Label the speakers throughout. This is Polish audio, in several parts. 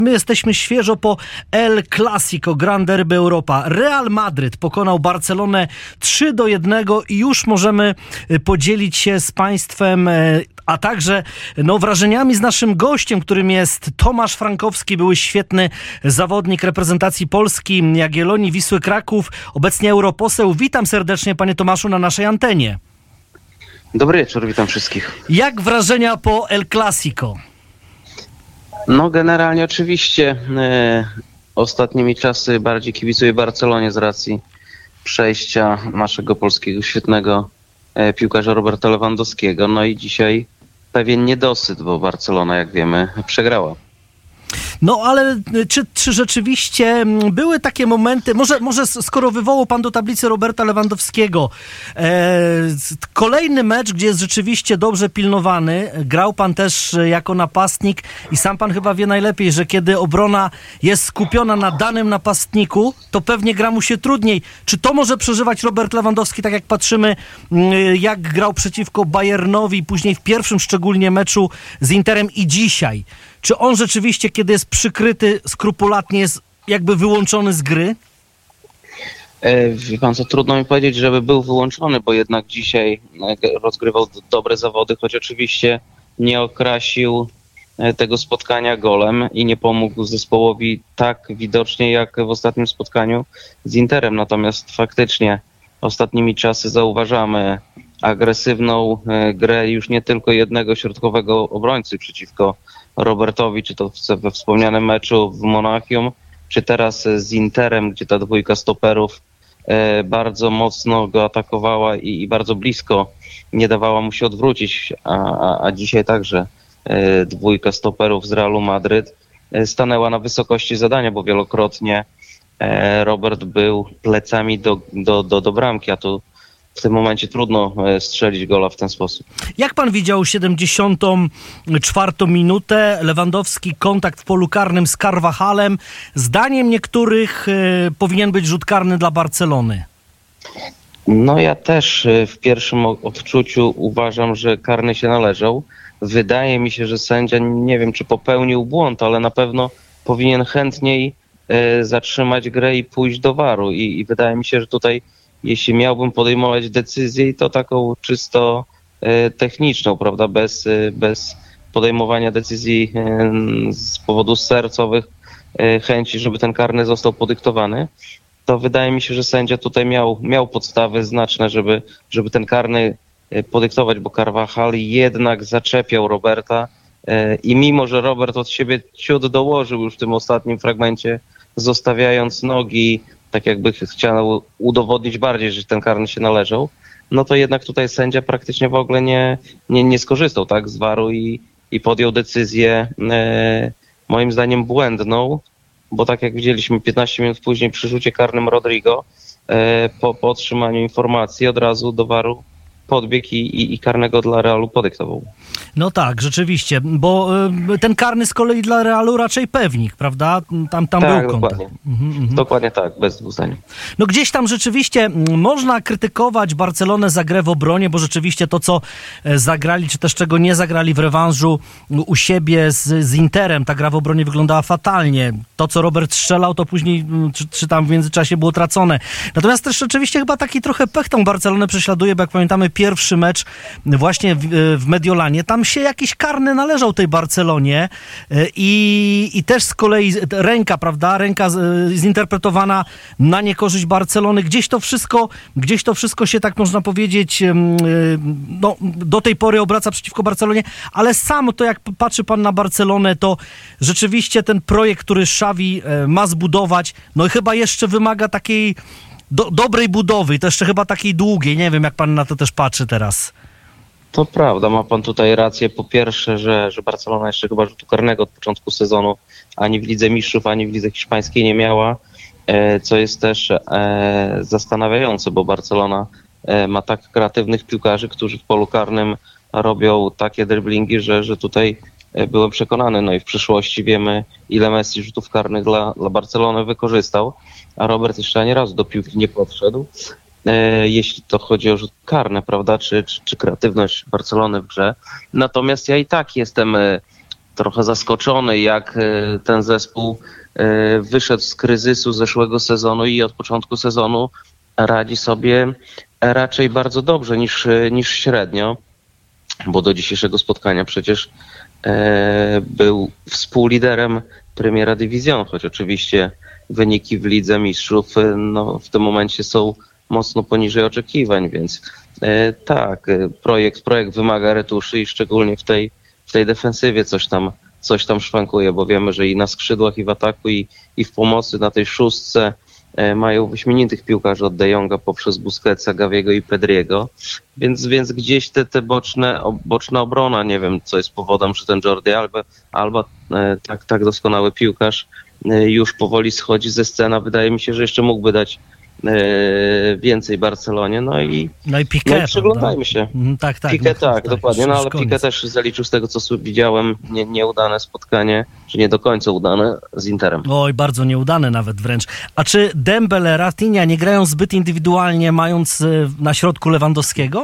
Speaker 1: My jesteśmy świeżo po El Clasico, Grand Derby Europa. Real Madryt pokonał Barcelonę 3-1 i już możemy podzielić się z Państwem, a także wrażeniami z naszym gościem, którym jest Tomasz Frankowski, były świetny zawodnik reprezentacji Polski, Jagiellonii, Wisły Kraków, obecnie europoseł. Witam serdecznie, panie Tomaszu, na naszej antenie.
Speaker 2: Dobry wieczór, witam wszystkich.
Speaker 1: Jak wrażenia po El Clasico?
Speaker 2: No generalnie oczywiście ostatnimi czasy bardziej kibicuję Barcelonie z racji przejścia naszego polskiego świetnego piłkarza Roberta Lewandowskiego. No i dzisiaj pewien niedosyt, bo Barcelona, jak wiemy, przegrała.
Speaker 1: No ale czy rzeczywiście były takie momenty, może skoro wywołał pan do tablicy Roberta Lewandowskiego, kolejny mecz, gdzie jest rzeczywiście dobrze pilnowany, grał pan też jako napastnik i sam pan chyba wie najlepiej, że kiedy obrona jest skupiona na danym napastniku, to pewnie gra mu się trudniej. Czy to może przeżywać Robert Lewandowski, tak jak patrzymy, jak grał przeciwko Bayernowi, później w pierwszym szczególnie meczu z Interem i dzisiaj? Czy on rzeczywiście, kiedy jest przykryty skrupulatnie, jest jakby wyłączony z gry?
Speaker 2: Wie pan co, trudno mi powiedzieć, żeby był wyłączony, bo jednak dzisiaj rozgrywał dobre zawody, choć oczywiście nie okrasił tego spotkania golem i nie pomógł zespołowi tak widocznie jak w ostatnim spotkaniu z Interem. Natomiast faktycznie ostatnimi czasy zauważamy agresywną grę już nie tylko jednego środkowego obrońcy przeciwko Robertowi, czy to we wspomnianym meczu w Monachium, czy teraz z Interem, gdzie ta dwójka stoperów bardzo mocno go atakowała i bardzo blisko nie dawała mu się odwrócić, a dzisiaj także dwójka stoperów z Realu Madryt stanęła na wysokości zadania, bo wielokrotnie Robert był plecami do bramki, a tu w tym momencie trudno strzelić gola w ten sposób.
Speaker 1: Jak pan widział 74. minutę? Lewandowski kontakt w polu karnym z Carvajalem. Zdaniem niektórych powinien być rzut karny dla Barcelony.
Speaker 2: No ja też w pierwszym odczuciu uważam, że karny się należał. Wydaje mi się, że sędzia, nie wiem czy popełnił błąd, ale na pewno powinien chętniej zatrzymać grę i pójść do VAR-u. I wydaje mi się, że tutaj jeśli miałbym podejmować decyzję, to taką czysto techniczną, prawda, bez podejmowania decyzji z powodów sercowych, chęci, żeby ten karny został podyktowany, to wydaje mi się, że sędzia tutaj miał podstawy znaczne, żeby ten karny podyktować, bo Carvajal jednak zaczepiał Roberta i mimo, że Robert od siebie ciut dołożył już w tym ostatnim fragmencie, zostawiając nogi, tak jakby chciał udowodnić bardziej, że ten karny się należał, no to jednak tutaj sędzia praktycznie w ogóle nie skorzystał tak z VAR-u i podjął decyzję moim zdaniem błędną, bo tak jak widzieliśmy 15 minut później przy rzucie karnym Rodrigo, po otrzymaniu informacji od razu do VAR-u podbiegł i karnego dla Realu podyktował.
Speaker 1: No tak, rzeczywiście, bo ten karny z kolei dla Realu raczej pewnik, prawda? Tam tak, był kontakt.
Speaker 2: Dokładnie. Dokładnie tak, bez dwóch zdań.
Speaker 1: No gdzieś tam rzeczywiście można krytykować Barcelonę za grę w obronie, bo rzeczywiście to, co zagrali, czy też czego nie zagrali w rewanżu u siebie z Interem, ta gra w obronie wyglądała fatalnie. To, co Robert strzelał, to później, czy tam w międzyczasie było tracone. Natomiast też rzeczywiście chyba taki trochę pech tą Barcelonę prześladuje, bo jak pamiętamy pierwszy mecz właśnie w Mediolanie, tam się jakiś karny należał tej Barcelonie i też z kolei ręka, prawda, ręka zinterpretowana na niekorzyść Barcelony. Gdzieś to wszystko się, tak można powiedzieć, no, do tej pory obraca przeciwko Barcelonie, ale samo to, jak patrzy pan na Barcelonę, to rzeczywiście ten projekt, który Xavi ma zbudować, no i chyba jeszcze wymaga takiej dobrej budowy i to jeszcze chyba takiej długiej. Nie wiem, jak pan na to też patrzy teraz.
Speaker 2: To prawda, ma pan tutaj rację. Po pierwsze, że Barcelona jeszcze chyba rzutu karnego od początku sezonu ani w Lidze Mistrzów, ani w Lidze Hiszpańskiej nie miała, co jest też zastanawiające, bo Barcelona ma tak kreatywnych piłkarzy, którzy w polu karnym robią takie driblingi, że tutaj byłem przekonany. No i w przyszłości wiemy, ile Messi rzutów karnych dla Barcelony wykorzystał, a Robert jeszcze ani razu do piłki nie podszedł. Jeśli to chodzi o rzut karny, prawda, czy kreatywność Barcelony w grze. Natomiast ja i tak jestem trochę zaskoczony, jak ten zespół wyszedł z kryzysu zeszłego sezonu i od początku sezonu radzi sobie raczej bardzo dobrze niż średnio, bo do dzisiejszego spotkania przecież był współliderem Primera División, choć oczywiście wyniki w Lidze Mistrzów no, w tym momencie są mocno poniżej oczekiwań, więc tak, projekt wymaga retuszy i szczególnie w tej defensywie coś tam szwankuje, bo wiemy, że i na skrzydłach, i w ataku, i w pomocy na tej szóstce mają wyśmienitych piłkarzy od De Jonga poprzez Busquetsa, Gaviego i Pedriego, więc gdzieś te boczna obrona, nie wiem co jest powodem, że ten Jordi Alba tak doskonały piłkarz już powoli schodzi ze sceny. Wydaje mi się, że jeszcze mógłby dać więcej Barcelonie, no i
Speaker 1: Piqué,
Speaker 2: przyglądajmy się.
Speaker 1: Tak.
Speaker 2: Piqué tak, dokładnie, no ale Piqué też zaliczył z tego, co widziałem, nieudane spotkanie, czy nie do końca udane z Interem.
Speaker 1: Oj, bardzo nieudane nawet wręcz. A czy Dembele, Rafinha nie grają zbyt indywidualnie, mając na środku Lewandowskiego?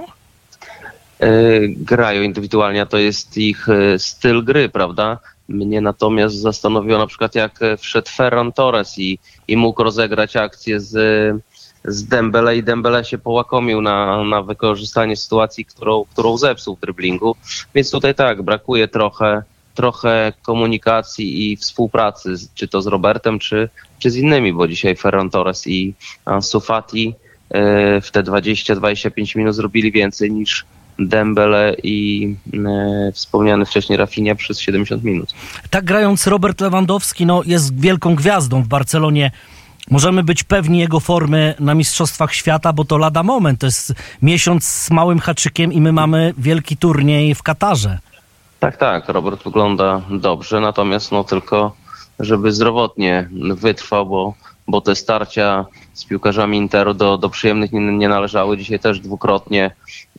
Speaker 2: Grają indywidualnie, a to jest ich styl gry, prawda? Mnie natomiast zastanowiło na przykład, jak wszedł Ferran Torres i mógł rozegrać akcję z Dembele i Dembele się połakomił na wykorzystanie sytuacji, którą zepsuł w driblingu. Więc tutaj tak, brakuje trochę komunikacji i współpracy, czy to z Robertem, czy z innymi, bo dzisiaj Ferran Torres i Ansu Fati w te 20-25 minut zrobili więcej niż Dembele i wspomniany wcześniej Rafinha przez 70 minut.
Speaker 1: Tak grając Robert Lewandowski jest wielką gwiazdą w Barcelonie. Możemy być pewni jego formy na Mistrzostwach Świata, bo to lada moment. To jest miesiąc z małym haczykiem i my mamy wielki turniej w Katarze. Tak. Robert wygląda dobrze, natomiast tylko żeby zdrowotnie wytrwał, bo te starcia z piłkarzami Interu do przyjemnych nie należały. Dzisiaj też dwukrotnie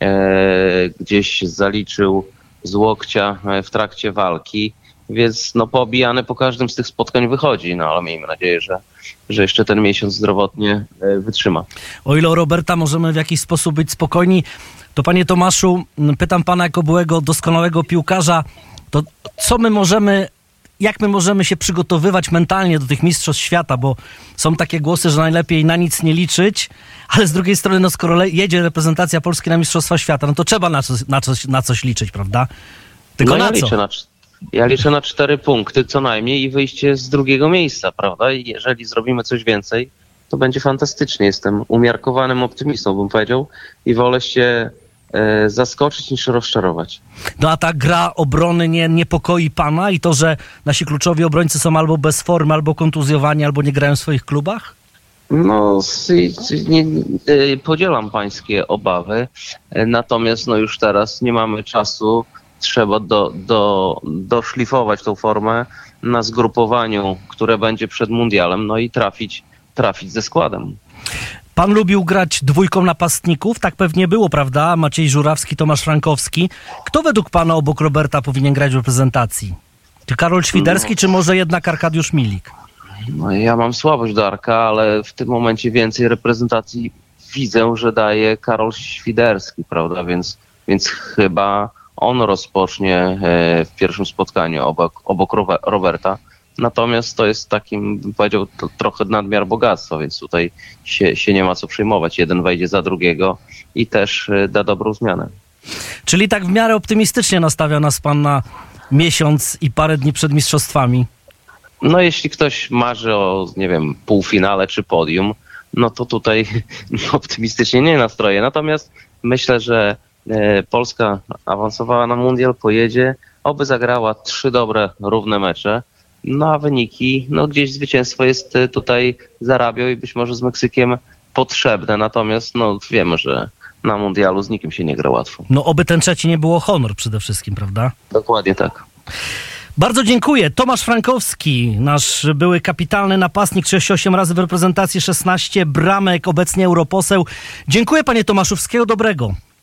Speaker 1: gdzieś zaliczył z łokcia w trakcie walki, więc poobijany po każdym z tych spotkań wychodzi, ale miejmy nadzieję, że jeszcze ten miesiąc zdrowotnie wytrzyma. O ile o Roberta możemy w jakiś sposób być spokojni, to panie Tomaszu, pytam pana jako byłego doskonałego piłkarza, to jak my możemy się przygotowywać mentalnie do tych mistrzostw świata, bo są takie głosy, że najlepiej na nic nie liczyć, ale z drugiej strony, skoro jedzie reprezentacja Polski na mistrzostwa świata, to trzeba na coś liczyć, prawda? Tylko na co?
Speaker 2: Ja liczę na 4 punkty co najmniej i wyjście z drugiego miejsca, prawda? I jeżeli zrobimy coś więcej, to będzie fantastycznie. Jestem umiarkowanym optymistą, bym powiedział, i wolę się zaskoczyć niż rozczarować.
Speaker 1: A ta gra obrony nie niepokoi pana i to, że nasi kluczowi obrońcy są albo bez formy, albo kontuzjowani, albo nie grają w swoich klubach?
Speaker 2: Podzielam pańskie obawy, natomiast już teraz nie mamy czasu. Trzeba doszlifować tą formę na zgrupowaniu, które będzie przed mundialem, i trafić ze składem.
Speaker 1: Pan lubił grać dwójką napastników, tak pewnie było, prawda? Maciej Żurawski, Tomasz Frankowski. Kto według pana obok Roberta powinien grać w reprezentacji? Czy Karol Świderski, czy może jednak Arkadiusz Milik?
Speaker 2: Ja mam słabość do Arka, ale w tym momencie więcej reprezentacji widzę, że daje Karol Świderski, prawda? Więc chyba on rozpocznie w pierwszym spotkaniu obok Roberta. Natomiast to jest takim, bym powiedział, trochę nadmiar bogactwa, więc tutaj się nie ma co przejmować. Jeden wejdzie za drugiego i też da dobrą zmianę.
Speaker 1: Czyli tak w miarę optymistycznie nastawia nas pan na miesiąc i parę dni przed mistrzostwami?
Speaker 2: Jeśli ktoś marzy o, półfinale czy podium, to tutaj optymistycznie nie nastroję. Natomiast myślę, że Polska awansowała na mundial, pojedzie, oby zagrała 3 dobre, równe mecze. A wyniki, gdzieś zwycięstwo jest tutaj zarabiał i być może z Meksykiem potrzebne. Natomiast wiemy, że na mundialu z nikim się nie gra łatwo.
Speaker 1: Oby ten trzeci nie było honor przede wszystkim, prawda?
Speaker 2: Dokładnie tak.
Speaker 1: Bardzo dziękuję. Tomasz Frankowski, nasz były kapitalny napastnik, 38 razy w reprezentacji, 16 bramek, obecnie europoseł. Dziękuję panie Tomaszu, wszystkiego dobrego.